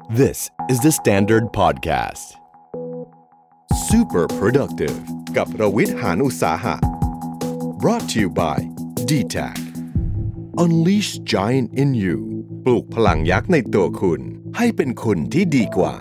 This is the Standard Podcast. Super productive กับรวิทย์ หาญอุตสาหะ brought to you by DTAC Unleash Giant in You ปลูกพลังยักษ์ในตัวคุณให้เป็นคุณที่ดีกว่า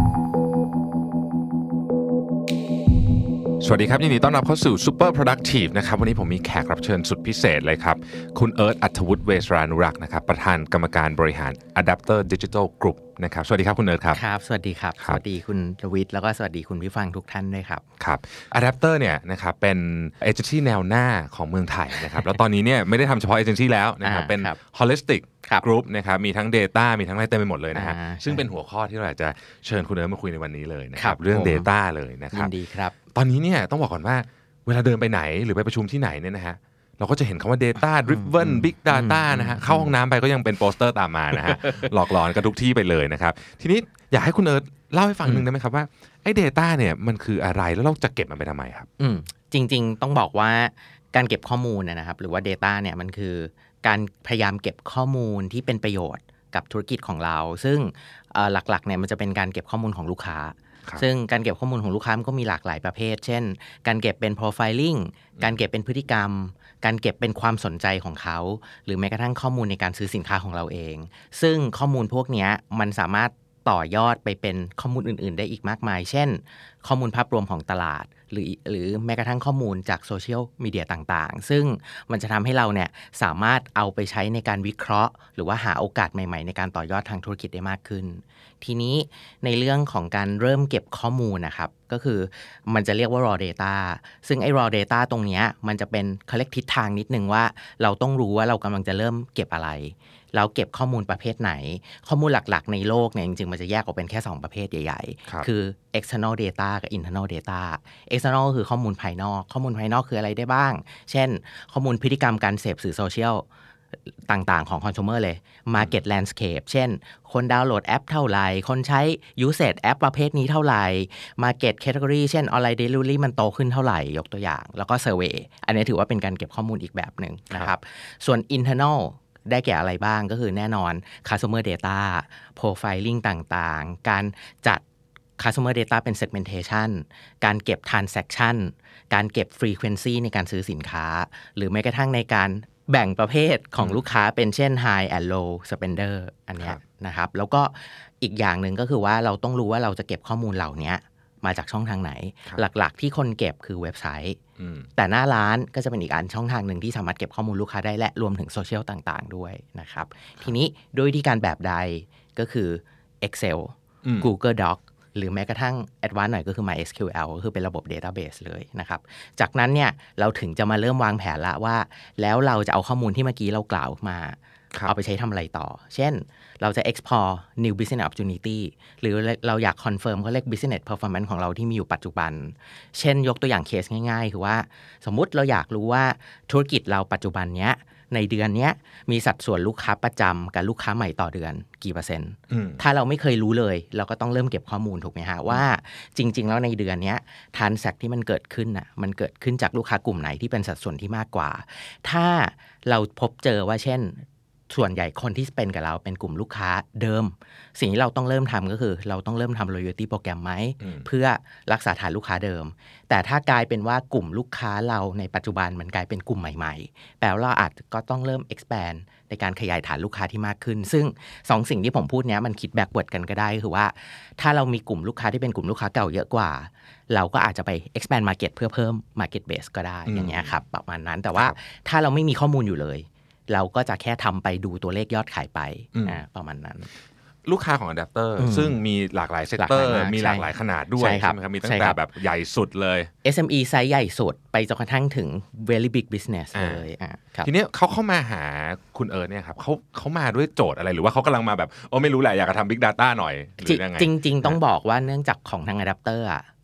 สวัสดีครับยินดีต้อนรับเข้าสู่ Super Productive นะครับวันนี้ผมมีแขกรับเชิญสุดพิเศษเลยครับคุณเอิร์ธ อัธวุฒิ เวชรานุรักษ์นะครับประธานกรรมการบริหาร Adapter Digital Group นะครับสวัสดีครับคุณเอิร์ธครับครับสวัสดีครับสวัสดีคุณรวิทย์แล้วก็สวัสดีคุณผู้ฟังทุกท่านด้วยครับครับ Adapter เนี่ยนะครับเป็นเอเจนซี่แนวหน้าของเมืองไทยนะครับแล้วตอนนี้เนี่ยไม่ได้ทำเฉพาะเอเจนซี่แล้วนะครับเป็น Holistic Group นะครับมีทั้ง Data มีทั้งอะไรเต็มไปหมดเลยนะฮะซึ่งเป็นหัวข้อที่เราอยากจะเชิญคุณเอิร์ธมาคุยในวันนี้เลยนะครับเรื่อง Data เลยนะครับยินดีครับตอนนี้เนี่ยต้องบอกก่อนว่าเวลาเดินไปไหนหรือไปประชุมที่ไหนเนี่ยนะฮะเราก็จะเห็นคำว่า data driven big data นะฮะเข้าห้องน้ำไปก็ยังเป็นโปสเตอร์ตามมานะฮะหลอกหลอนกันทุกที่ไปเลยนะครับทีนี้อยากให้คุณเอิร์ธเล่าให้ฟังนึงได้ไหมครับว่าไอ้ data เนี่ยมันคืออะไรแล้วเราจะเก็บมันไปทำไมครับจริงๆต้องบอกว่าการเก็บข้อมูลนะครับหรือว่า data เนี่ยมันคือการพยายามเก็บข้อมูลที่เป็นประโยชน์กับธุรกิจของเราซึ่งหลักๆเนี่ยมันจะเป็นการเก็บข้อมูลของลูกค้าซึ่งการเก็บข้อมูลของลูกค้ามันก็มีหลากหลายประเภทเช่นการเก็บเป็น profiling การเก็บเป็นพฤติกรรมการเก็บเป็นความสนใจของเขาหรือแม้กระทั่งข้อมูลในการซื้อสินค้าของเราเองซึ่งข้อมูลพวกนี้มันสามารถต่อยอดไปเป็นข้อมูลอื่นๆได้อีกมากมายเช่นข้อมูลภาพรวมของตลาดหรือแม้กระทั่งข้อมูลจากโซเชียลมีเดียต่างๆซึ่งมันจะทำให้เราเนี่ยสามารถเอาไปใช้ในการวิเคราะห์หรือว่าหาโอกาสใหม่ๆในการต่อยอดทางธุรกิจได้มากขึ้นทีนี้ในเรื่องของการเริ่มเก็บข้อมูลนะครับก็คือมันจะเรียกว่า raw data ซึ่งไอ้ raw data ตรงนี้มันจะเป็นเขาเรียกทิศทางนิดนึงว่าเราต้องรู้ว่าเรากำลังจะเริ่มเก็บอะไรเราเก็บข้อมูลประเภทไหนข้อมูลหลักๆในโลกเนี่ยจริงๆมันจะแยกออกเป็นแค่2ประเภทใหญ่ๆคือ external data กับ internal data external ก็คือข้อมูลภายนอกข้อมูลภายนอกคืออะไรได้บ้างเช่นข้อมูลพฤติกรรมการเสพสื่อโซเชียลต่างๆของ consumer เลย market landscape เช่นคนดาวน์โหลดแอปเท่าไหร่คนใช้ usage แอปประเภทนี้เท่าไหร่ market category เช่น online delivery มันโตขึ้นเท่าไหร่ยกตัวอย่างแล้วก็ survey อันนี้ถือว่าเป็นการเก็บข้อมูลอีกแบบหนึ่งนะครับส่วน internalได้แก่อะไรบ้างก็คือแน่นอน customer data profiling ต่างๆการจัด customer data เป็น segmentation การเก็บ transaction การเก็บ frequency ในการซื้อสินค้าหรือแม้กระทั่งในการแบ่งประเภทของลูกค้าเป็นเช่น high and low spender อันนี้นะครับแล้วก็อีกอย่างหนึ่งก็คือว่าเราต้องรู้ว่าเราจะเก็บข้อมูลเหล่านี้มาจากช่องทางไหนหลักๆที่คนเก็บคือเว็บไซต์แต่หน้าร้านก็จะเป็นอีกอันช่องทางหนึ่งที่สามารถเก็บข้อมูลลูกค้าได้และรวมถึงโซเชียลต่างๆด้วยนะครับทีนี้โดยวิธีการแบบใดก็คือ Excel Google Doc หรือแม้กระทั่ง Advanced หน่อยก็คือ MySQL ก็คือเป็นระบบ Database เลยนะครับจากนั้นเนี่ยเราถึงจะมาเริ่มวางแผนละว่าแล้วเราจะเอาข้อมูลที่เมื่อกี้เรากล่าวมาเอาไปใช้ทำอะไรต่อเช่นเราจะ explore new business opportunity หรือเราอยาก confirm เขาเรียก business performance ของเราที่มีอยู่ปัจจุบันเช่นยกตัวอย่างเคสง่ายๆคือว่าสมมุติเราอยากรู้ว่าธุรกิจเราปัจจุบันเนี้ยในเดือนนี้มีสัดส่วนลูกค้าประจำกับลูกค้าใหม่ต่อเดือนกี่เปอร์เซ็นต์ถ้าเราไม่เคยรู้เลยเราก็ต้องเริ่มเก็บข้อมูลถูกไหมฮะว่าจริงๆแล้วในเดือนนี้ทรานแซคที่มันเกิดขึ้นน่ะมันเกิดขึ้นจากลูกค้ากลุ่มไหนที่เป็นสัดส่วนที่มากกว่าถ้าเราพบเจอว่าเช่นส่วนใหญ่คนที่เป็นกับเราเป็นกลุ่มลูกค้าเดิมสิ่งที่เราต้องเริ่มทำก็คือเราต้องเริ่มทำ loyalty โปรแกรมไหมเพื่อรักษาฐานลูกค้าเดิมแต่ถ้ากลายเป็นว่ากลุ่มลูกค้าเราในปัจจุบันมันกลายเป็นกลุ่มใหม่ๆแปลว่าเราอาจก็ต้องเริ่ม expand ในการขยายฐานลูกค้าที่มากขึ้นซึ่ง2สิ่งที่ผมพูดเนี้ยมันคิด backward กันก็ได้คือว่าถ้าเรามีกลุ่มลูกค้าที่เป็นกลุ่มลูกค้าเก่าเยอะกว่าเราก็อาจจะไป expand market เพื่อเพิ่ม market base ก็ได้อย่างเงี้ยครับประมาณนั้นแต่ว่าถ้าเราไม่มีข้อมูลอยู่เลยเราก็จะแค่ทำไปดูตัวเลขยอดขายไปประมาณนั้นลูกค้าของ Adapter ซึ่งมีหลากหลายเซกเตอร์มีหลากหลายขนาดด้วยใช่ไหมครับมีตั้งแต่แบบใหญ่สุดเลย SME ไซส์ใหญ่สุดไปจนกระทั่งถึง very big business เลยทีนี้เขาเข้ามาหาคุณเอิร์ธเนี่ยครับเขามาด้วยโจทย์อะไรหรือว่าเขากำลังมาแบบไม่รู้แหละอยากจะทำ big data หน่อยหรือยังไงจริงๆต้องบอกว่าเนื่องจากของทาง Adapter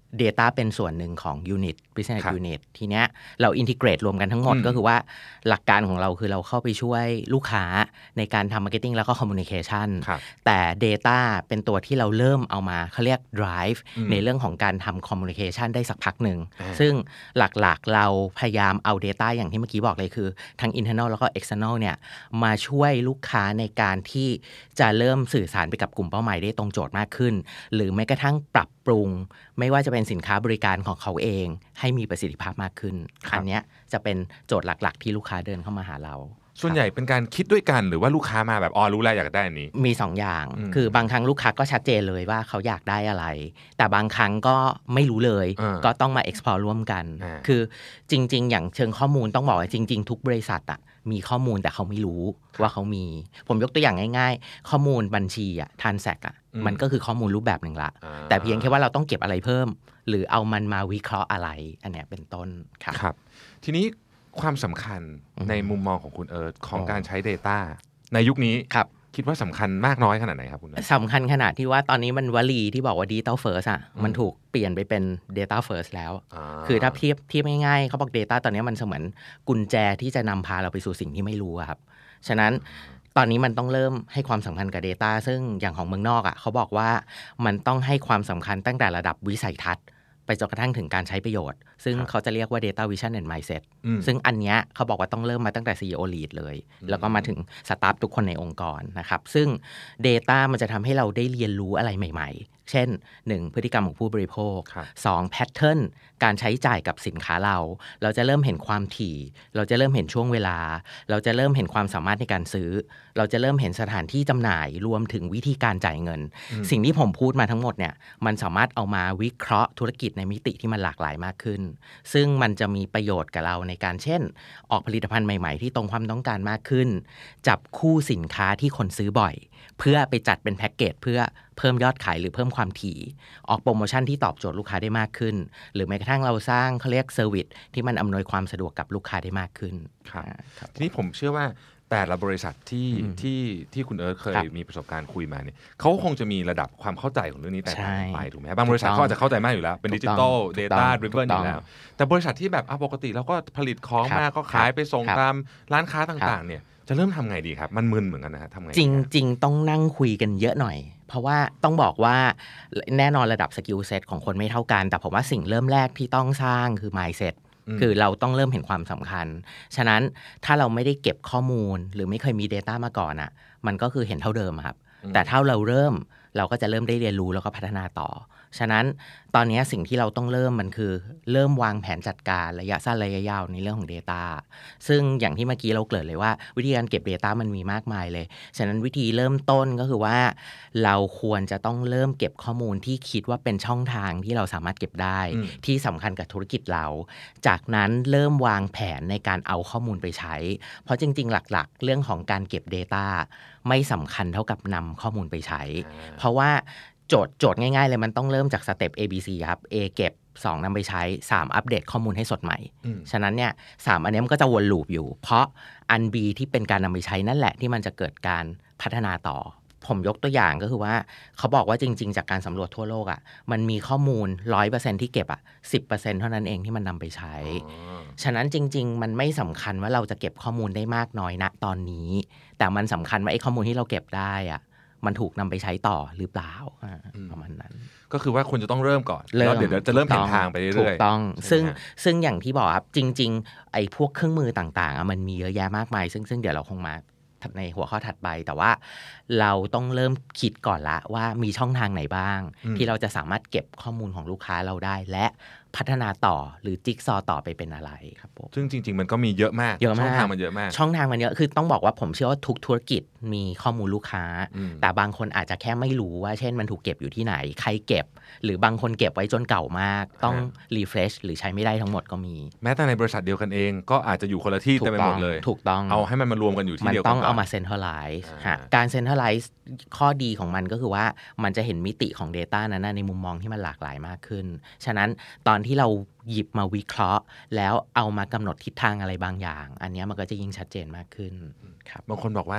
Data เป็นส่วนหนึ่งของ Unit Business ครับ Unit ทีเนี้ยเรา integrate รวมกันทั้งหมดก็คือว่าหลักการของเราคือเราเข้าไปช่วยลูกค้าในการทำ Marketing แล้วก็ Communication ครับแต่ Data เป็นตัวที่เราเริ่มเอามาเขาเรียก drive ในเรื่องของการทำ Communication ได้สักพักหนึ่งซึ่งหลักๆเราพยายามเอา Data อย่างที่เมื่อกี้บอกเลยคือทั้ง internal แล้วก็ external เนี่ยมาช่วยลูกค้าในการที่จะเริ่มสื่อสารไปกับกลุ่มเป้าหมายได้ตรงโจทย์มากขึ้นหรือแม้กระทั่งปรับปรุงไม่ว่าจะเป็นสินค้าบริการของเขาเองให้มีประสิทธิภาพมากขึ้นอันเนี้ยจะเป็นโจทย์หลักๆที่ลูกค้าเดินเข้ามาหาเราส่วนใหญ่เป็นการคิดด้วยกันหรือว่าลูกค้ามาแบบรู้แล้วอยากได้อันนี้มี2 อย่างคือบางครั้งลูกค้าก็ชัดเจนเลยว่าเขาอยากได้อะไรแต่บางครั้งก็ไม่รู้เลยก็ต้องมา explore ร่วมกันคือจริงๆอย่างเชิงข้อมูลต้องบอกว่าจริงๆทุกบริษัทอะมีข้อมูลแต่เขาไม่รู้ว่าเขามีผมยกตัวอย่างง่ายๆข้อมูลบัญชีอะTransactอะมันก็คือข้อมูลรูปแบบหนึ่งละแต่เพียงแค่ว่าเราต้องเก็บอะไรเพิ่มหรือเอามันมาวิเคราะห์อะไรอันเนี้ยเป็นต้นครับทีนี้ความสำคัญในมุมมองของคุณเอิร์ธของการใช้ Data ในยุคนี้คิดว่าสำคัญมากน้อยขนาดไหนครับคุณสำคัญขนาดที่ว่าตอนนี้มันวลีที่บอกว่า Digital First อ่ะมันถูกเปลี่ยนไปเป็น Data First แล้วคือถ้าเทียบง่ายๆเขาบอก Data ตอนนี้มันเสมือนกุญแจที่จะนำพาเราไปสู่สิ่งที่ไม่รู้ครับฉะนั้นตอนนี้มันต้องเริ่มให้ความสำคัญกับ Data ซึ่งอย่างของเมืองนอกอ่ะเขาบอกว่ามันต้องให้ความสำคัญตั้งแต่ระดับวิสัยทัศน์ไปจนกระทั่งถึงการใช้ประโยชน์ซึ่งเขาจะเรียกว่า data vision and mindset ซึ่งอันเนี้ยเขาบอกว่าต้องเริ่มมาตั้งแต่ CEO lead เลยแล้วก็มาถึงสตาฟทุกคนในองค์กรนะครับซึ่ง data มันจะทำให้เราได้เรียนรู้อะไรใหม่ๆเช่น 1. พฤติกรรมของผู้บริโภค 2. pattern การใช้จ่ายกับสินค้าเราจะเริ่มเห็นความถี่เราจะเริ่มเห็นช่วงเวลาเราจะเริ่มเห็นความสามารถในการซื้อเราจะเริ่มเห็นสถานที่จำหน่ายรวมถึงวิธีการจ่ายเงินสิ่งที่ผมพูดมาทั้งหมดเนี่ยมันสามารถเอามาวิเคราะห์ธุรกิจในมิติที่มันหลากหลายมากขึ้นซึ่งมันจะมีประโยชน์กับเราในการเช่นออกผลิตภัณฑ์ใหม่ๆที่ตรงความต้องการมากขึ้นจับคู่สินค้าที่คนซื้อบ่อยเพื่อไปจัดเป็นแพ็กเกจเพื่อเพิ่มยอดขายหรือเพิ่มความถี่ออกโปรโมชั่นที่ตอบโจทย์ลูกค้าได้มากขึ้นหรือแม้กระทั่งเราสร้างเขาเรียกเซอร์วิสที่มันอำนวยความสะดวกกับลูกค้าได้มากขึ้นครับทีนี้ผมเชื่อว่าแต่ละบริษัทที่คุณเอิร์ธเคยมีประสบการณ์คุยมาเนี่ยเขาคงจะมีระดับความเข้าใจของเรื่องนี้แตกต่างไปถูกไหมบางบริษัทเขาอาจจะเข้าใจมากอยู่แล้วเป็นดิจิทัล Data Driven อยู่แล้วแต่บริษัทที่แบบปกติเราก็ผลิตของมาก็ขายไปส่งตามร้านค้าต่างๆเนี่ยจะเริ่มทำไงดีครับมันมึนเหมือนกันนะทำไงจริงต้องนั่งคุยกันเยอะหน่อยเพราะว่าต้องบอกว่าแน่นอนระดับสกิลเซ็ตของคนไม่เท่ากันแต่ผมว่าสิ่งเริ่มแรกที่ต้องสร้างคือ mindsetคือเราต้องเริ่มเห็นความสำคัญฉะนั้นถ้าเราไม่ได้เก็บข้อมูลหรือไม่เคยมี Data มาก่อนอ่ะมันก็คือเห็นเท่าเดิมครับแต่ถ้าเราก็จะเริ่มได้เรียนรู้แล้วก็พัฒนาต่อฉะนั้นตอนนี้สิ่งที่เราต้องเริ่มมันคือเริ่มวางแผนจัดการระยะสั้นระยะยาวในเรื่องของ Data ซึ่งอย่างที่เมื่อกี้เราเกริ่นเลยว่าวิธีการเก็บ Data มันมีมากมายเลยฉะนั้นวิธีเริ่มต้นก็คือว่าเราควรจะต้องเริ่มเก็บข้อมูลที่คิดว่าเป็นช่องทางที่เราสามารถเก็บได้ที่สำคัญกับธุรกิจเราจากนั้นเริ่มวางแผนในการเอาข้อมูลไปใช้เพราะจริงๆหลักๆเรื่องของการเก็บ Data ไม่สำคัญเท่ากับนำข้อมูลไปใช้เพราะว่าโจทย์ง่ายๆเลยมันต้องเริ่มจากสเต็ป ABC ครับ A เก็บ2นำไปใช้3อัปเดตข้อมูลให้สดใหม่ฉะนั้นเนี่ย3อันนี้มันก็จะวนลูปอยู่เพราะอัน B ที่เป็นการนำไปใช้นั่นแหละที่มันจะเกิดการพัฒนาต่อผมยกตัวอย่างก็คือว่าเขาบอกว่าจริงๆจากการสำรวจทั่วโลกอ่ะมันมีข้อมูล 100% ที่เก็บอ่ะ 10% เท่านั้นเองที่มันนำไปใช้ฉะนั้นจริงๆมันไม่สำคัญว่าเราจะเก็บข้อมูลได้มากน้อยณตอนนี้แต่มันสำคัญว่าไอ้ข้อมูลที่เราเก็บได้อ่ะมันถูกนำไปใช้ต่อหรือเปล่าประมาณนั้นก็คือว่าคุณจะต้องเริ่มก่อนแล้วเดี๋ยวจะเริ่มเห็นทางไปเรื่อยๆถูกต้องซึ่งอย่างที่บอกครับจริงๆไอ้พวกเครื่องมือต่างๆมันมีเยอะแยะมากมายซึ่งเดี๋ยวเราคงมาในหัวข้อถัดไปแต่ว่าเราต้องเริ่มคิดก่อนละว่ามีช่องทางไหนบ้างที่เราจะสามารถเก็บข้อมูลของลูกค้าเราได้และพัฒนาต่อหรือจิ๊กซอต่อไปเป็นอะไรครับผมซึ่งจริงๆมันก็มีเยอะมากช่องทางมันเยอะมากช่องทางมันเยอะคือต้องบอกว่าผมเชื่อว่าทุกธุรกิจมีข้อมูลลูกค้าแต่บางคนอาจจะแค่ไม่รู้ว่าเช่นมันถูกเก็บอยู่ที่ไหนใครเก็บหรือบางคนเก็บไว้จนเก่ามากต้องรีเฟรชหรือใช้ไม่ได้ทั้งหมดก็มีแม้แต่ในบริษัทเดียวกันเองก็อาจจะอยู่คนละที่เต็มไปหมดเลยถูกต้องเอาให้มันมารวมกันอยู่ที่เดียวกันมันต้องเอามาเซ็นทรัลไลซ์การเซ็นทรัลไลซ์ข้อดีของมันก็คือว่ามันจะเห็นมิติของ Data นั้นในมุมมองที่มันหลากหลายมากขึ้นฉะนั้นตอนที่เราหยิบมาวิเคราะห์แล้วเอามากำหนดทิศทางอะไรบางอย่างอันนี้มันก็จะยิ่งชัดเจนมากขึ้นครับบางคนบอกว่า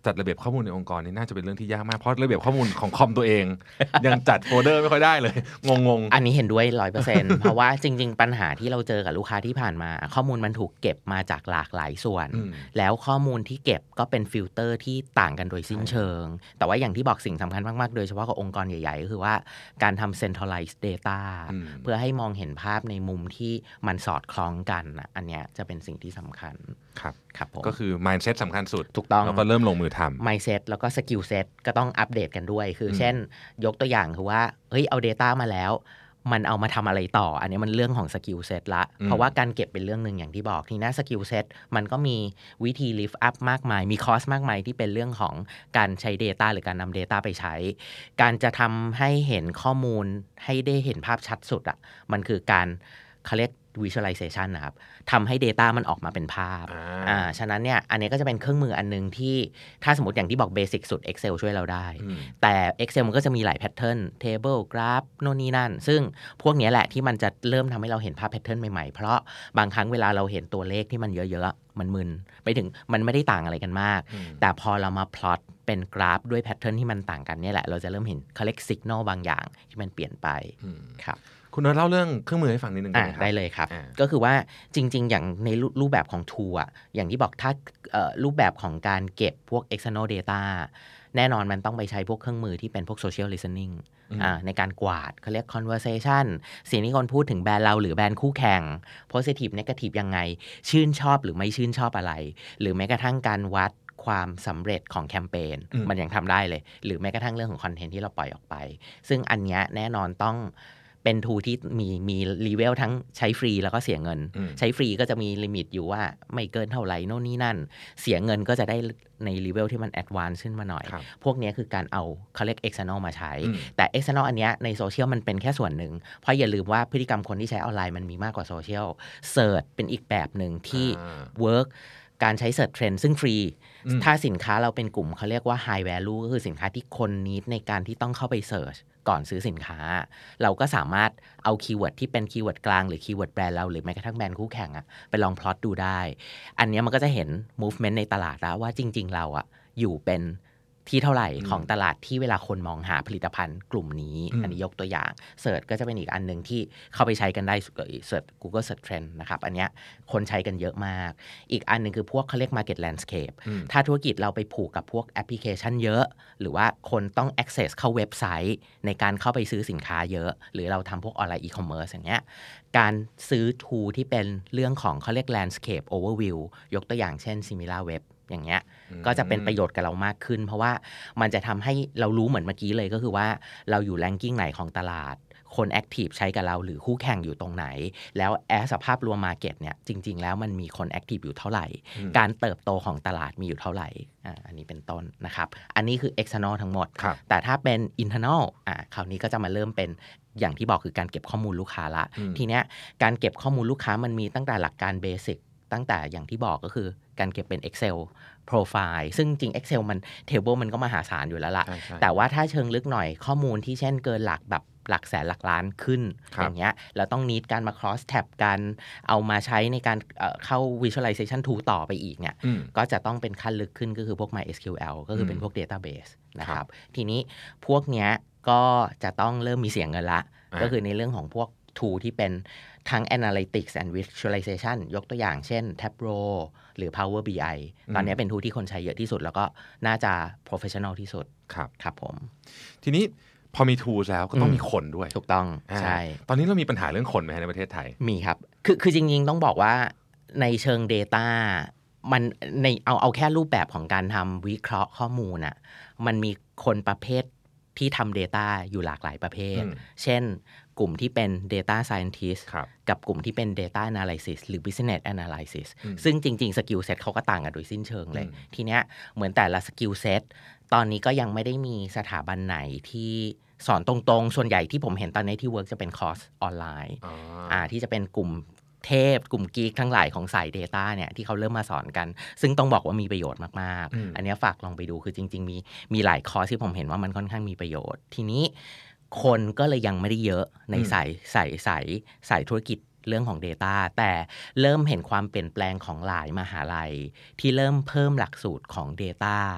จัดระเบียบข้อมูลในองค์กรนี่น่าจะเป็นเรื่องที่ยากมากเพราะระเบียบข้อมูลของคอมตัวเอง ยังจัดโฟลเดอร์ไม่ค่อยได้เลยงงอันนี้เห็นด้วย 100% เพราะว่าจริงๆปัญหาที่เราเจอกับลูกค้าที่ผ่านมาข้อมูลมันถูกเก็บมาจากหลากหลายส่วนแล้วข้อมูลที่เก็บก็เป็นฟิลเตอร์ที่ต่างกันโดยสิ้นเชิงแต่ว่าอย่างที่บอกสิ่งสำคัญมากๆโดยเฉพาะกับองค์กรใหญ่ๆก็คือว่าการทำ centralized data เพื่อให้มองเห็นภาพในมุมที่มันสอดคล้องกันอันเนี้ยจะเป็นสิ่งที่สำคัญครับก็คือ mindset สำคัญสุดถูกต้องแล้วก็เริ่มลงมือทำ mindset แล้วก็ skill set ก็ต้องอัปเดตกันด้วยคือเช่นยกตัวอย่างคือว่าเฮ้ยเอา data มาแล้วมันเอามาทำอะไรต่ออันนี้มันเรื่องของ skill set ละเพราะว่าการเก็บเป็นเรื่องนึงอย่างที่บอกทีนี้ skill set มันก็มีวิธี lift up มากมายมีคอร์สมากมายที่เป็นเรื่องของการใช้ data หรือการนำ data ไปใช้การจะทำให้เห็นข้อมูลให้ได้เห็นภาพชัดสุดอ่ะมันคือการเขาเรียกvisualization นะครับทำให้ data มันออกมาเป็นภาพฉะนั้นเนี่ยอันนี้ก็จะเป็นเครื่องมืออันนึงที่ถ้าสมมติอย่างที่บอกเบสิกสุด Excel ช่วยเราได้แต่ Excel มันก็จะมีหลายแพทเทิร์น table graph โน่นนี่นั่นซึ่งพวกนี้แหละที่มันจะเริ่มทำให้เราเห็นภาพแพทเทิร์นใหม่ๆเพราะบางครั้งเวลาเราเห็นตัวเลขที่มันเยอะๆมันมึนไปถึงมันไม่ได้ต่างอะไรกันมากแต่พอเรามาพลอตเป็นกราฟด้วยแพทเทิร์นที่มันต่างกันเนี่ยแหละเราจะเริ่มเห็น collect signal บางอย่างที่มันเปลี่ยนไปครับคุณเนิร์ดเล่าเรื่องเครื่องมือให้ฟังนิดนึงได้ไหมครับได้เลยครับก็คือว่าจริงๆอย่างในรูปแบบของ tool อ่ะอย่างที่บอกถ้ารูปแบบของการเก็บพวก external data แน่นอนมันต้องไปใช้พวกเครื่องมือที่เป็นพวก social listening ในการกวาดเขาเรียก conversation สิ่งที่คนพูดถึงแบรนด์เราหรือแบรนด์คู่แข่ง positive negative ยังไงชื่นชอบหรือไม่ชื่นชอบอะไรหรือแม้กระทั่งการวัดความสำเร็จของแคมเปญมันยังทำได้เลยหรือแม้กระทั่งเรื่องของคอนเทนต์ที่เราปล่อยออกไปซึ่งอันนี้แน่นอนต้องเป็นทูที่มีรีเวลทั้งใช้ฟรีแล้วก็เสียเงินใช้ฟรีก็จะมีลิมิตอยู่ว่าไม่เกินเท่าไหร่โน่นนี่นั่นเสียเงินก็จะได้ในรีเวลที่มันแอดวานซ์ขึ้นมาหน่อยพวกนี้คือการเอาเขาเรียก external มาใช้แต่ external อันเนี้ยในโซเชียลมันเป็นแค่ส่วนหนึ่งเพราะอย่าลืมว่าพฤติกรรมคนที่ใช้ออนไลน์มันมีมากกว่าโซเชียลเสิร์ชเป็นอีกแบบหนึ่งที่เวิร์กการใช้ search trend ซึ่งฟรีถ้าสินค้าเราเป็นกลุ่มเขาเรียกว่า high value ก็คือสินค้าที่คนneedในการที่ต้องเข้าไป search ก่อนซื้อสินค้าเราก็สามารถเอาคีย์เวิร์ดที่เป็นคีย์เวิร์ดกลางหรือคีย์เวิร์ดแบรนด์เราหรือแม้กระทั่งแบรนด์คู่แข่งอะไปลองพลอตดูได้อันนี้มันก็จะเห็น movement ในตลาดแล้วว่าจริงๆเราอะอยู่เป็นที่เท่าไหร่ของตลาดที่เวลาคนมองหาผลิตภัณฑ์กลุ่มนี้อันนี้ยกตัวอย่างเสิร์ชก็จะเป็นอีกอันนึงที่เข้าไปใช้กันได้เสิร์ช Google Search Trend นะครับอันเนี้ยคนใช้กันเยอะมากอีกอันนึงคือพวกเขาเรียก Market Landscape ถ้าธุรกิจเราไปผูกกับพวกแอปพลิเคชันเยอะหรือว่าคนต้อง access เข้าเว็บไซต์ในการเข้าไปซื้อสินค้าเยอะหรือเราทำพวกออนไลน์ e-commerce อย่างเงี้ยการซื้อ tool ที่เป็นเรื่องของเขาเรียก Landscape Overview ยกตัวอย่างเช่น SimilarWebอย่างเงี้ยก็จะเป็นประโยชน์กับเรามากขึ้นเพราะว่ามันจะทำให้เรารู้เหมือนเมื่อกี้เลยก็คือว่าเราอยู่แรงกิ้งไหนของตลาดคนแอคทีฟใช้กับเราหรือคู่แข่งอยู่ตรงไหนแล้วสภาพรวมมาร์เก็ตเนี่ยจริงๆแล้วมันมีคนแอคทีฟอยู่เท่าไหร่การเติบโตของตลาดมีอยู่เท่าไหร่อันนี้เป็นต้นนะครับอันนี้คือ external ทั้งหมดแต่ถ้าเป็น internal คราวนี้ก็จะมาเริ่มเป็นอย่างที่บอกคือการเก็บข้อมูลลูกค้าละทีเนี้ยการเก็บข้อมูลลูกค้ามันมีตั้งแต่หลักการเบสิกตั้งแต่อย่างที่บอกก็คือการเก็บเป็น Excel Profile ซึ่งจริง Excel มัน Table มันก็มหาศาลอยู่แล้วล่ะแต่ว่าถ้าเชิงลึกหน่อยข้อมูลที่เช่นเกินหลักแบบหลักแสนหลักล้านขึ้นอย่างเงี้ยเราต้องneedการมา cross tab กันเอามาใช้ในการเข้า visualization tool ต่อไปอีกเนี่ยก็จะต้องเป็นขั้นลึกขึ้นก็คือพวก MySQL ก็คือเป็นพวก database นะครับทีนี้พวกเนี้ยก็จะต้องเริ่มมีเสียงเงินละก็คือในเรื่องของพวก tool ที่เป็นทั้ง analytics and visualization ยกตัวอย่างเช่น Tableau หรือ Power BI ตอนนี้เป็น tool ที่คนใช้เยอะที่สุดแล้วก็น่าจะ professional ที่สุดครับผมทีนี้พอมี tools แล้วก็ต้องมีคนด้วยถูกต้องใช่ตอนนี้เรามีปัญหาเรื่องคนไหมในประเทศไทยมีครับคือจริงๆต้องบอกว่าในเชิง data มันในเอาแค่รูปแบบของการทำวิเคราะห์ข้อมูลน่ะมันมีคนประเภทที่ทำ data อยู่หลากหลายประเภทเช่นกลุ่มที่เป็น data scientist กับกลุ่มที่เป็น data analysis หรือ business analysis ซึ่งจริงๆ skill set เขาก็ต่างกันโดยสิ้นเชิงเลยทีเนี้ยเหมือนแต่ละ skill set ตอนนี้ก็ยังไม่ได้มีสถาบันไหนที่สอนตรงๆส่วนใหญ่ที่ผมเห็นตอนนี้ที่ work จะเป็นคอร์สออนไลน์ที่จะเป็นกลุ่มเทพกลุ่มกีกทั้งหลายของสาย data เนี่ยที่เขาเริ่มมาสอนกันซึ่งต้องบอกว่ามีประโยชน์มากๆอันนี้ฝากลองไปดูคือจริงๆมีหลายคอร์สที่ผมเห็นว่ามันค่อนข้างมีประโยชน์ทีนี้คนก็เลยยังไม่ได้เยอะในสายธุรกิจเรื่องของ data แต่เริ่มเห็นความเปลี่ยนแปลงของหลายมหาลัยที่เริ่มเพิ่มหลักสูตรของ data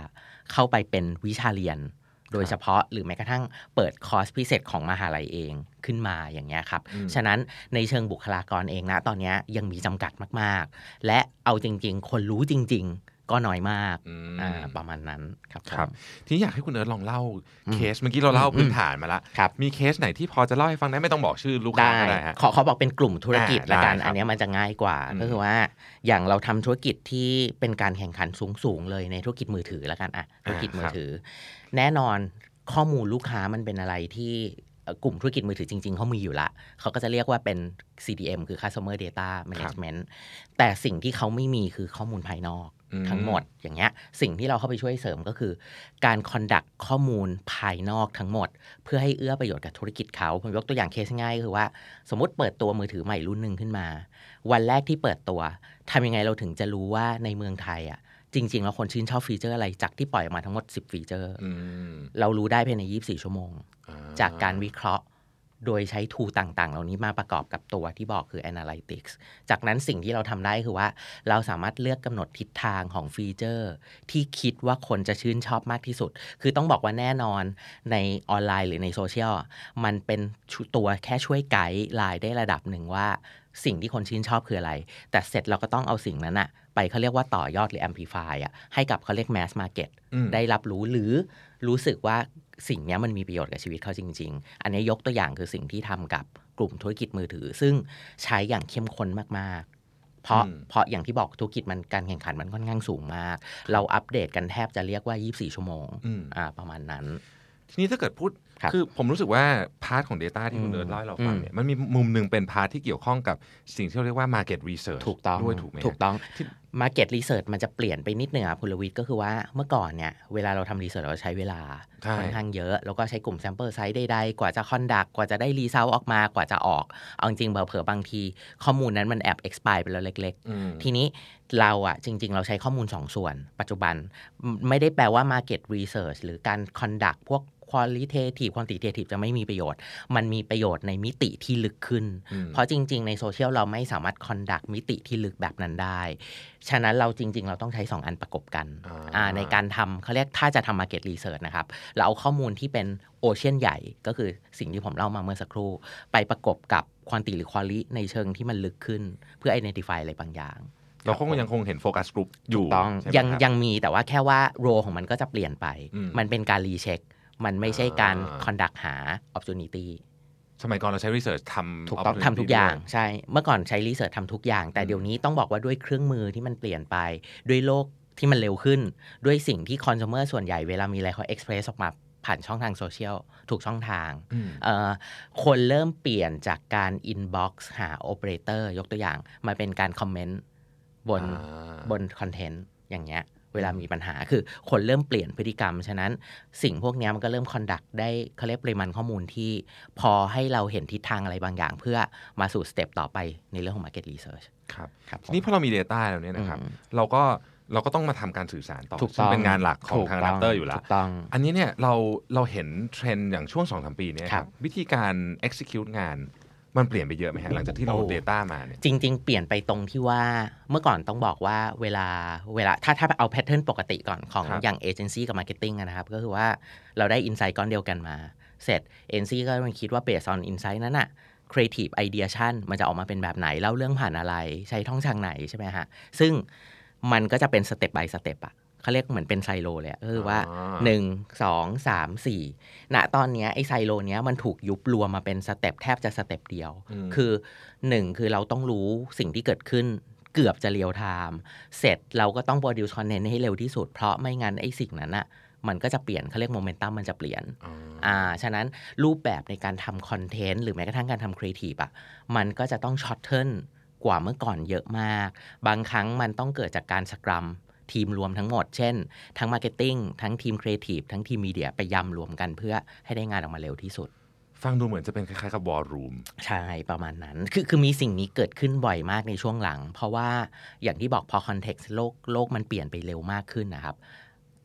เข้าไปเป็นวิชาเรียนโดยเฉพาะหรือแม้กระทั่งเปิดคอร์สพิเศษของมหาลัยเองขึ้นมาอย่างเงี้ยครับฉะนั้นในเชิงบุคลากรเองนะตอนนี้ยังมีจำกัดมากๆและเอาจริงๆคนรู้จริงๆก็น้อยมากประมาณนั้นครับทีนี้อยากให้คุณเอิร์ธลองเล่าเคสเมื่อกี้เราเล่าพื้นฐานมาแล้วมีเคสไหนที่พอจะเล่าให้ฟังได้ไม่ต้องบอกชื่อลูกค้าก็ได้ฮะขอบอกเป็นกลุ่มธุรกิจละกันอันนี้มันจะง่ายกว่าก็คือว่าอย่างเราทำธุรกิจที่เป็นการแข่งขันสูงๆเลยในธุรกิจมือถือละกันธุรกิจมือถือแน่นอนข้อมูลลูกค้ามันเป็นอะไรที่กลุ่มธุรกิจมือถือจริงๆเขามีอยู่ละเขาก็จะเรียกว่าเป็น CDM คือ Customer Data Management แต่สิ่งที่เขาไม่มีคือข้อมูลภายนอกทั้งหมดอย่างเงี้ยสิ่งที่เราเข้าไปช่วยเสริมก็คือการคอนดักต์ข้อมูลภายนอกทั้งหมดเพื่อให้เอื้อประโยชน์กับธุรกิจเขาผมยกตัวอย่างเคสง่ายคือว่าสมมติเปิดตัวมือถือใหม่รุ่นนึงขึ้นมาวันแรกที่เปิดตัวทำยังไงเราถึงจะรู้ว่าในเมืองไทยจริงๆแล้วคนชื่นชอบฟีเจอร์อะไรจากที่ปล่อยออกมาทั้งหมด10ฟีเจอร์เรารู้ได้ภายใน24ชั่วโมงจากการวิเคราะห์โดยใช้ทูต่างๆเหล่านี้มาประกอบกับตัวที่บอกคือ Analytics จากนั้นสิ่งที่เราทำได้คือว่าเราสามารถเลือกกำหนดทิศทางของฟีเจอร์ที่คิดว่าคนจะชื่นชอบมากที่สุดคือต้องบอกว่าแน่นอนในออนไลน์หรือในโซเชียลมันเป็นตัวแค่ช่วยไกด์ไลน์ได้ระดับหนึ่งว่าสิ่งที่คนชื่นชอบคืออะไรแต่เสร็จเราก็ต้องเอาสิ่งนั้นไปเขาเรียกว่าต่อยอดหรือ amplify ให้กับเขาเรียก mass market ได้รับรู้หรือรู้สึกว่าสิ่งนี้มันมีประโยชน์กับชีวิตเขาจริงๆอันนี้ยกตัวอย่างคือสิ่งที่ทำกับกลุ่มธุรกิจมือถือซึ่งใช้อย่างเข้มข้นมากๆเพราะอย่างที่บอกธุรกิจมันการแข่งขันมันค่อนข้างสูงมากเราอัปเดตกันแทบจะเรียกว่า24ชั่วโมงประมาณนั้นทีนี้ถ้าเกิดพูดคือผมรู้สึกว่าพาร์ทของ Data ที่คุณเอิร์ธเล่าให้เราฟังเนี่ยมันมีมุมนึงเป็นพาร์ทที่เกี่ยวข้องกับสิ่งที่เรียกว่า Market Research ถูกต้องด้วยถูกไหมถูกต้อง Market Research มันจะเปลี่ยนไปนิดนึงคุณลวิทย์ก็คือว่าเมื่อก่อนเนี่ยเวลาเราทำ Research เราใช้เวลาค่อนข้างเยอะแล้วก็ใช้กลุ่ม Sample Size ใดๆกว่าจะ Conduct กว่าจะได้ Result ออกมากว่าจะออกเอาจริงๆเผลอๆบางทีข้อมูลนั้นมันแอบ expire ไปแล้วเล็กๆทีนี้เราจริงๆเราใช้ข้อมูล2ส่วนปัจจุบันไม่ได้แปลว่า Market Research หรือการ Conduct พวกqualitative quantitative จะไม่มีประโยชน์มันมีประโยชน์ในมิติที่ลึกขึ้นเพราะจริงๆในโซเชียลเราไม่สามารถ conduct มิติที่ลึกแบบนั้นได้ฉะนั้นเราจริงๆเราต้องใช้2อันประกบกันในการทำเขาเรียกถ้าจะทำ market research นะครับเราเอาข้อมูลที่เป็นโอเชียนใหญ่ก็คือสิ่งที่ผมเล่ามาเมื่อสักครู่ไปประกบกับ quantity หรือ quality ในเชิงที่มันลึกขึ้นเพื่อ identify อะไรบางอย่างเราคงยังคงเห็นโฟกัสกลุ่มอยู่ต้องยังมีแต่ว่าแค่ว่าโรของมันก็จะเปลี่ยนไปมันเป็นการรีเช็คมันไม่ใช่การคอนดักหา opportunity สมัยก่อนเราใช้ research ทำถูกต้องทำทุกอย่างใช่เมื่อก่อนใช้ research ทำทุกอย่างแต่เดี๋ยวนี้ต้องบอกว่าด้วยเครื่องมือที่มันเปลี่ยนไปด้วยโลกที่มันเร็วขึ้นด้วยสิ่งที่ consumer ส่วนใหญ่เวลามีอะไรเขา express ออกมาผ่านช่องทางโซเชียลถูกช่องทางคนเริ่มเปลี่ยนจากการ inbox หา operator ยกตัวอย่างมาเป็นการคอมเมนต์บนคอนเทนต์อย่างเงี้ยเวลามีปัญหาคือคนเริ่มเปลี่ยนพฤติกรรมฉะนั้นสิ่งพวกนี้มันก็เริ่มคอนดักต์ได้เขาเรียกปริมาณข้อมูลที่พอให้เราเห็นทิศทางอะไรบางอย่างเพื่อมาสู่สเต็ปต่อไปในเรื่องของ Market Research ครับทีนี้พอเรามี Data แล้วเนี่ยนะครับเราก็ต้องมาทำการสื่อสารต่อซึ่งเป็นงานหลักของทาง Raptor อยู่แล้วอันนี้เนี่ยเราเห็นเทรนด์อย่างช่วง 2-3 ปีเนี่ยครับวิธีการ execute งานมันเปลี่ยนไปเยอะไหมฮะหลังจากที่เรา data มาเนี่ยจริงๆเปลี่ยนไปตรงที่ว่าเมื่อก่อนต้องบอกว่าเวลาถ้าเอาแพทเทิร์นปกติก่อนของอย่างเอเจนซี่กับมาร์เก็ตติ้งนะครับก็คือว่าเราได้อินไซต์ก้อนเดียวกันมาเสร็จเอเจนซี่ก็มันคิดว่าเบสออนอินไซต์นั้นcreative ideation มันจะออกมาเป็นแบบไหนเล่าเรื่องผ่านอะไรใช้ท่องทางไหนใช่ไหมฮะซึ่งมันก็จะเป็นสเต็ป by สเต็ปเขาเรียกเหมือนเป็นไซโลเลยก็คือว่า1 2 3 4ณตอนนี้ไอ้ไซโลเนี้ยมันถูกยุบรวมมาเป็นสเต็ปแทบจะสเต็ปเดียวคือ1คือเราต้องรู้สิ่งที่เกิดขึ้นเกือบจะเรียลไทม์เสร็จเราก็ต้องโปรดิวซ์คอนเทนต์ให้เร็วที่สุดเพราะไม่งั้นไอ้สิ่งนั้นมันก็จะเปลี่ยนเขาเรียกโมเมนตัมมันจะเปลี่ยนฉะนั้นรูปแบบในการทำคอนเทนต์หรือแม้กระทั่งการทำครีเอทีฟมันก็จะต้องช็อตเทิลกว่าเมื่อก่อนเยอะมากบางครั้งมันต้องเกิดจากการสกรัมทีมรวมทั้งหมดเช่นทั้งมาร์เก็ตติ้งทั้งทีมครีเอทีฟทั้งทีมมีเดียไปยำรวมกันเพื่อให้ได้งานออกมาเร็วที่สุดฟังดูเหมือนจะเป็นคล้ายๆกับวอลลุ่มใช่ประมาณนั้นคือมีสิ่งนี้เกิดขึ้นบ่อยมากในช่วงหลังเพราะว่าอย่างที่บอกพอคอนเท็กซ์โลกมันเปลี่ยนไปเร็วมากขึ้นนะครับ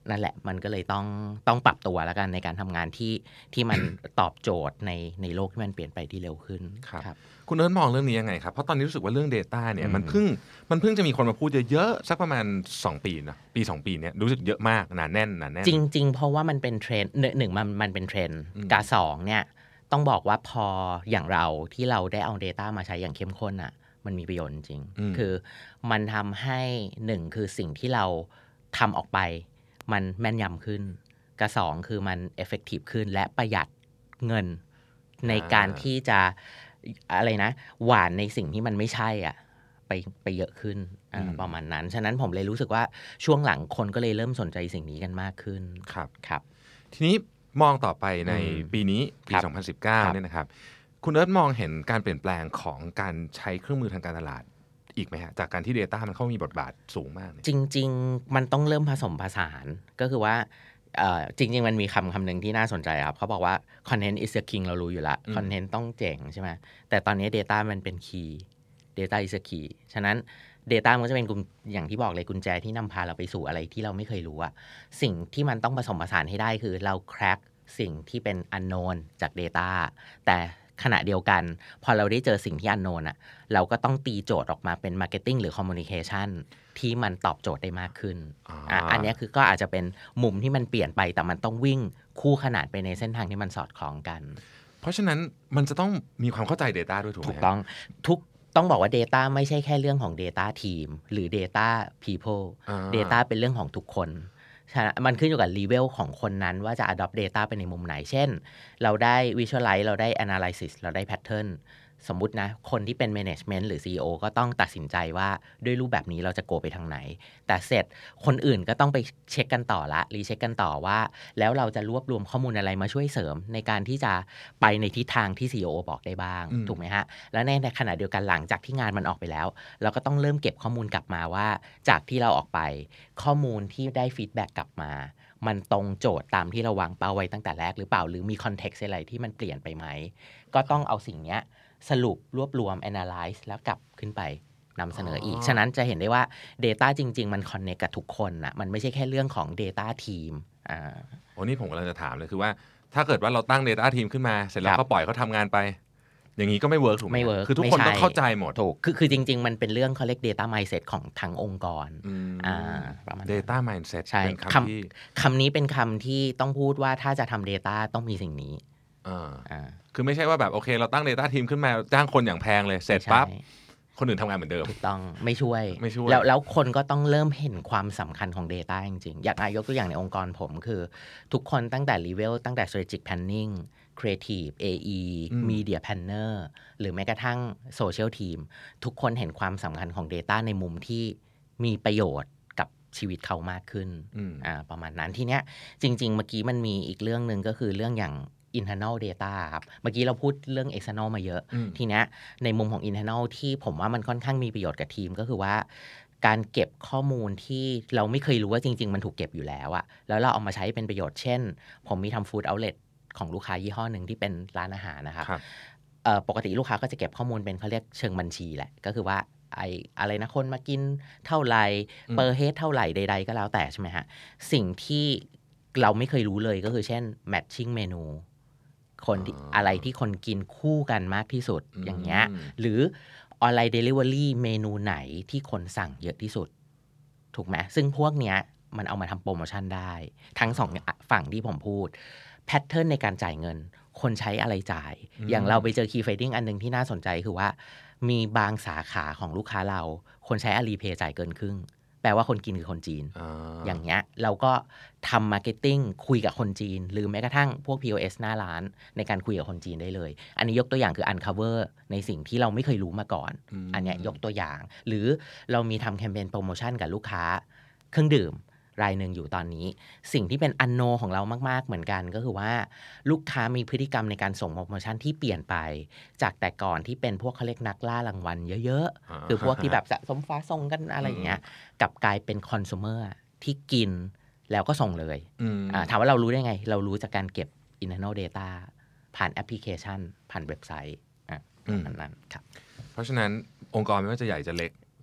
นั่นแหละมันก็เลยต้องปรับตัวแล้วกันในการทำงานที่มัน ตอบโจทย์ในโลกที่มันเปลี่ยนไปที่เร็วขึ้นครับคุณเอิร์ธมองเรื่องนี้ยังไงครับเพราะตอนนี้รู้สึกว่าเรื่อง data เนี่ยมันเพิ่งจะมีคนมาพูดเยอะๆสักประมาณ2ปีนะปี2ปีเนี่ยรู้สึกเยอะมากหนาแน่นจริงๆเพราะว่ามันเป็นเทรนด์หนึ่งมันเป็นเทรนด์กับสองเนี่ยต้องบอกว่าพออย่างเราที่เราได้เอา data มาใช้อย่างเข้มข้นอ่ะมันมีประโยชน์จริงคือมันทำให้หนึ่งคือสิ่งที่เราทำออกไปมันแม่นยำขึ้นกับสองคือมัน effective ขึ้นและประหยัดเงินในการที่จะอะไรนะหวานในสิ่งที่มันไม่ใช่อ่ะไปเยอะขึ้นประมาณนั้นฉะนั้นผมเลยรู้สึกว่าช่วงหลังคนก็เลยเริ่มสนใจสิ่งนี้กันมากขึ้นครับทีนี้มองต่อไปในปีนี้ปี2019เนี่ยนะครับคุณเอิร์ธมองเห็นการเปลี่ยนแปลงของการใช้เครื่องมือทางการตลาดอีกไหมฮะจากการที่ data มันเข้ามีบทบาทสูงมากจริงๆมันต้องเริ่มผสมผสานก็คือว่าจริงๆมันมีคำหนึ่งที่น่าสนใจครับเขาบอกว่า content is the king เรารู้อยู่แล้ว content ต้องเจ๋งใช่ไหมแต่ตอนนี้ data มันเป็น key data is the key ฉะนั้น data มันก็จะเป็นอย่างที่บอกเลยกุญแจที่นำพาเราไปสู่อะไรที่เราไม่เคยรู้อะสิ่งที่มันต้องผสมผสานให้ได้คือเรา crack สิ่งที่เป็น unknown จาก data แต่ขณะเดียวกันพอเราได้เจอสิ่งที่ unknown อ่ะเราก็ต้องตีโจทย์ออกมาเป็น marketing หรือ communication ที่มันตอบโจทย์ได้มากขึ้นอันนี้คือก็อาจจะเป็นมุมที่มันเปลี่ยนไปแต่มันต้องวิ่งคู่ขนานไปในเส้นทางที่มันสอดคล้องกันเพราะฉะนั้นมันจะต้องมีความเข้าใจ data ด้วยถูกไหมถูกต้องบอกว่า data ไม่ใช่แค่เรื่องของ data team หรือ data people data เป็นเรื่องของทุกคนมันขึ้นอยู่กับ level ของคนนั้นว่าจะ adopt data ไปในมุมไหนเช่นเราได้ visualize เราได้ analysis เราได้ pattern สมมุตินะคนที่เป็น management หรือ CEO ก็ต้องตัดสินใจว่าด้วยรูปแบบนี้เราจะโกไปทางไหนแต่เสร็จคนอื่นก็ต้องไปเช็คกันต่อละรีเช็คกันต่อว่าแล้วเราจะรวบรวมข้อมูลอะไรมาช่วยเสริมในการที่จะไปในทิศทางที่ CEO บอกได้บ้างถูกไหมฮะแล้วในขณะเดียวกันหลังจากที่งานมันออกไปแล้วเราก็ต้องเริ่มเก็บข้อมูลกลับมาว่าจากที่เราออกไปข้อมูลที่ได้ฟีดแบ็กกลับมามันตรงโจทย์ตามที่เราวางเป้าไว้ตั้งแต่แรกหรือเปล่าหรือมีคอนเท็กซ์อะไรที่มันเปลี่ยนไปไหมก็ต้องเอาสิ่งนี้สรุปรวบรวม analyze แล้วกลับขึ้นไปนำเสนออีกฉะนั้นจะเห็นได้ว่า data จริงๆมัน connect กับทุกคนนะมันไม่ใช่แค่เรื่องของ data team โอ้นี่ผมกำลังจะถามเลยคือว่าถ้าเกิดว่าเราตั้ง data team ขึ้นมาเสร็จแล้วก็ปล่อยเขาทำงานไปอย่างนี้ก็ไม่เวิร์กถูกไหมไม่เวิร์กคือทุกคนต้องเข้าใจหมดถูกคือจริงๆมันเป็นเรื่องเขาเรียก data mindset ของทั้งองค์กรประมาณ data mindset เป็นคำนี้เป็นคำที่ต้องพูดว่าถ้าจะทำ data ต้องมีสิ่งนี้คือไม่ใช่ว่าแบบโอเคเราตั้ง data team ขึ้นมาจ้างคนอย่างแพงเลยเสร็จปั๊บคนอื่นทำงานเหมือนเดิมถูกต้องไม่ช่วยแล้วคนก็ต้องเริ่มเห็นความสำคัญของ data จริงๆยกตัวอย่างในองค์กรผมคือทุกคนตั้งแต่ level ตั้งแต่ strategic planning creative AE media planner หรือแม้กระทั่ง social team ทุกคนเห็นความสำคัญของ data ในมุมที่มีประโยชน์กับชีวิตเขามากขึ้นประมาณนั้นทีเนี้ยจริงๆเมื่อกี้มันมีอีกเรื่องนึงก็คือเรื่องอย่างinternal data ครับเมื่อกี้เราพูดเรื่อง external มาเยอะทีเนี้ยในมุมของ internal ที่ผมว่ามันค่อนข้างมีประโยชน์กับทีมก็คือว่าการเก็บข้อมูลที่เราไม่เคยรู้ว่าจริงๆมันถูกเก็บอยู่แล้วอะแล้วเราเอามาใช้เป็นประโยชน์เช่นผมมีทำ food outlet ของลูกค้ายี่ห้อหนึ่งที่เป็นร้านอาหารนะครับปกติลูกค้าก็จะเก็บข้อมูลเป็นเขาเรียกเชิงบัญชีแหละก็คือว่าอะไรนะคนมากินเท่าไหร่เปอร์เฮดเท่าไหร่ใดๆก็แล้วแต่ใช่ไหมฮะสิ่งที่เราไม่เคยรู้เลยก็คือเช่น matching เมนูคนอะไรที่คนกินคู่กันมากที่สุดอย่างเงี้ยหรือออนไลน์เดลิเวอรี่เมนูไหนที่คนสั่งเยอะที่สุดถูกไหมซึ่งพวกเนี้ยมันเอามาทำโปรโมชั่นได้ทั้งสองฝั่งที่ผมพูดแพทเทิร์นในการจ่ายเงินคนใช้อะไรจ่ายอย่างเราไปเจอ Key Finding อันนึงที่น่าสนใจคือว่ามีบางสาขาของลูกค้าเราคนใช้ Alipay จ่ายเกินครึ่งแปลว่าคนกินคือคนจีนอย่างเงี้ยเราก็ทำมาร์เก็ตติ้งคุยกับคนจีนหรือแม้กระทั่งพวก POS หน้าร้านในการคุยกับคนจีนได้เลยอันนี้ยกตัวอย่างคือ uncover ในสิ่งที่เราไม่เคยรู้มาก่อนอันเนี้ยยกตัวอย่างหรือเรามีทำแคมเปญโปรโมชั่นกับลูกค้าเครื่องดื่มรายหนึ่งอยู่ตอนนี้สิ่งที่เป็นอันโนของเรามากๆเหมือนกันก็คือว่าลูกค้ามีพฤติกรรมในการส่งโปรโมชั่นที่เปลี่ยนไปจากแต่ก่อนที่เป็นพวกเขาเรียกนักล่ารางวัลเยอะๆคือพวกที่แบบสะสมฟ้าส่งกันอะไรอย่างเงี้ยกลับกลายเป็นคอน sumer ที่กินแล้วก็ส่งเลยถามว่าเรารู้ได้ไงเรารู้จากการเก็บ internal data ผ่านแอปพลิเคชันผ่านเว็บไซต์นั้นครับเพราะฉะนั้นองค์กรไม่ว่าจะใหญ่จะเล็ก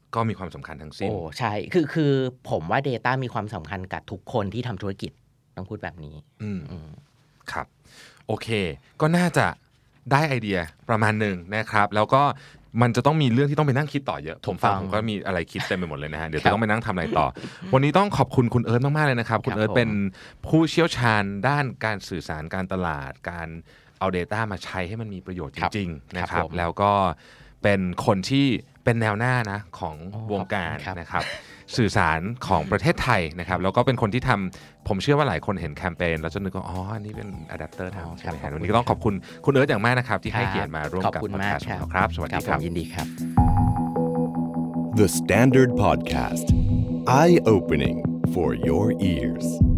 ก็มีความสำคัญทั้งสิ้นใช่คือผมว่า Data มีความสำคัญกับทุกคนที่ทำธุรกิจต้องพูดแบบนี้ครับโอเคก็น่าจะได้ไอเดียประมาณหนึ่งนะครับแล้วก็มันจะต้องมีเรื่องที่ต้องไปนั่งคิดต่อเยอะผมก็มีอะไรคิดเต็มไปหมดเลยนะฮะเดี๋ยวจะต้องไปนั่งทำอะไรต่อวันนี้ต้องขอบคุณคุณเอิร์ธมากๆเลยนะครับคุณเอิร์ธเป็นผู้เชี่ยวชาญด้านการสื่อสารการตลาดการเอา Data มาใช้ให้มันมีประโยชน์จริงๆนะครับแล้วก็เป็นคนที่เป็นแนวหน้านะของวงการนะครับสื่อสารของประเทศไทยนะครับแล้วก็เป็นคนที่ทำผมเชื่อว่าหลายคนเห็นแคมเปญแล้วจะนึกว่าอันนี้เป็นอะแดปเตอร์ทำใช่ไหมครับวันนี้ก็ต้องขอบคุณคุณเอิร์ธอย่างมากนะครับที่ให้เกียรติมาร่วมกับพอดแคสต์ของเราครับสวัสดีครับยินดีครับ The Standard Podcast Eye Opening for your ears